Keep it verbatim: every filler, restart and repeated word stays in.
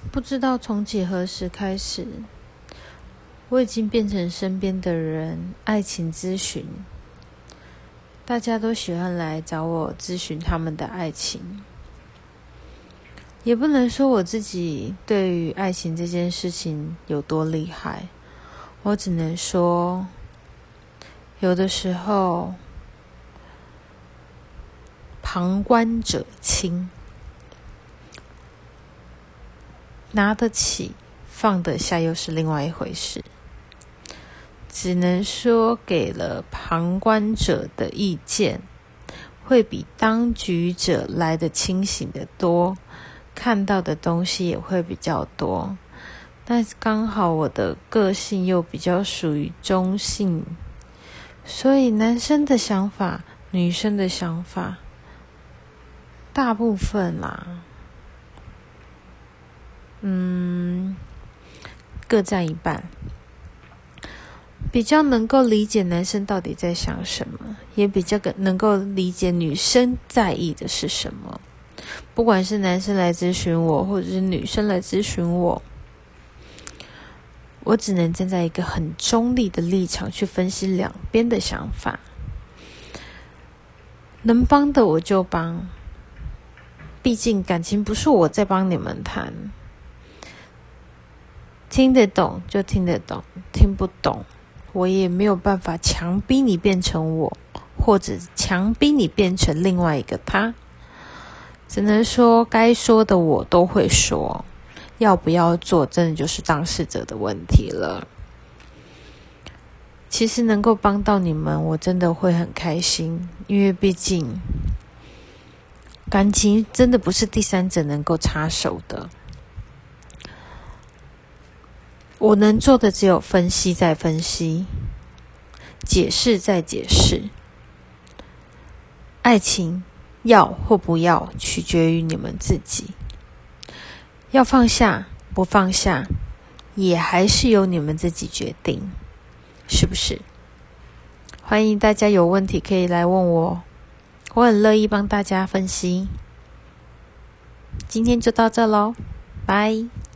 不知道从几何时开始，我已经变成身边的人爱情咨询，大家都喜欢来找我咨询他们的爱情。也不能说我自己对于爱情这件事情有多厉害，我只能说有的时候旁观者清，拿得起放得下又是另外一回事，只能说给了旁观者的意见会比当局者来得清醒得多，看到的东西也会比较多。但刚好我的个性又比较属于中性，所以男生的想法女生的想法大部分啦嗯，各占一半，比较能够理解男生到底在想什么，也比较能够理解女生在意的是什么。不管是男生来咨询我，或者是女生来咨询我，我只能站在一个很中立的立场去分析两边的想法，能帮的我就帮，毕竟感情不是我在帮你们谈，听得懂就听得懂，听不懂我也没有办法强逼你变成我，或者强逼你变成另外一个他，只能说该说的我都会说，要不要做真的就是当事者的问题了。其实能够帮到你们我真的会很开心，因为毕竟感情真的不是第三者能够插手的，我能做的只有分析再分析，解释再解释。爱情要或不要取决于你们自己，要放下不放下也还是由你们自己决定，是不是？欢迎大家有问题可以来问我，我很乐意帮大家分析。今天就到这咯，拜。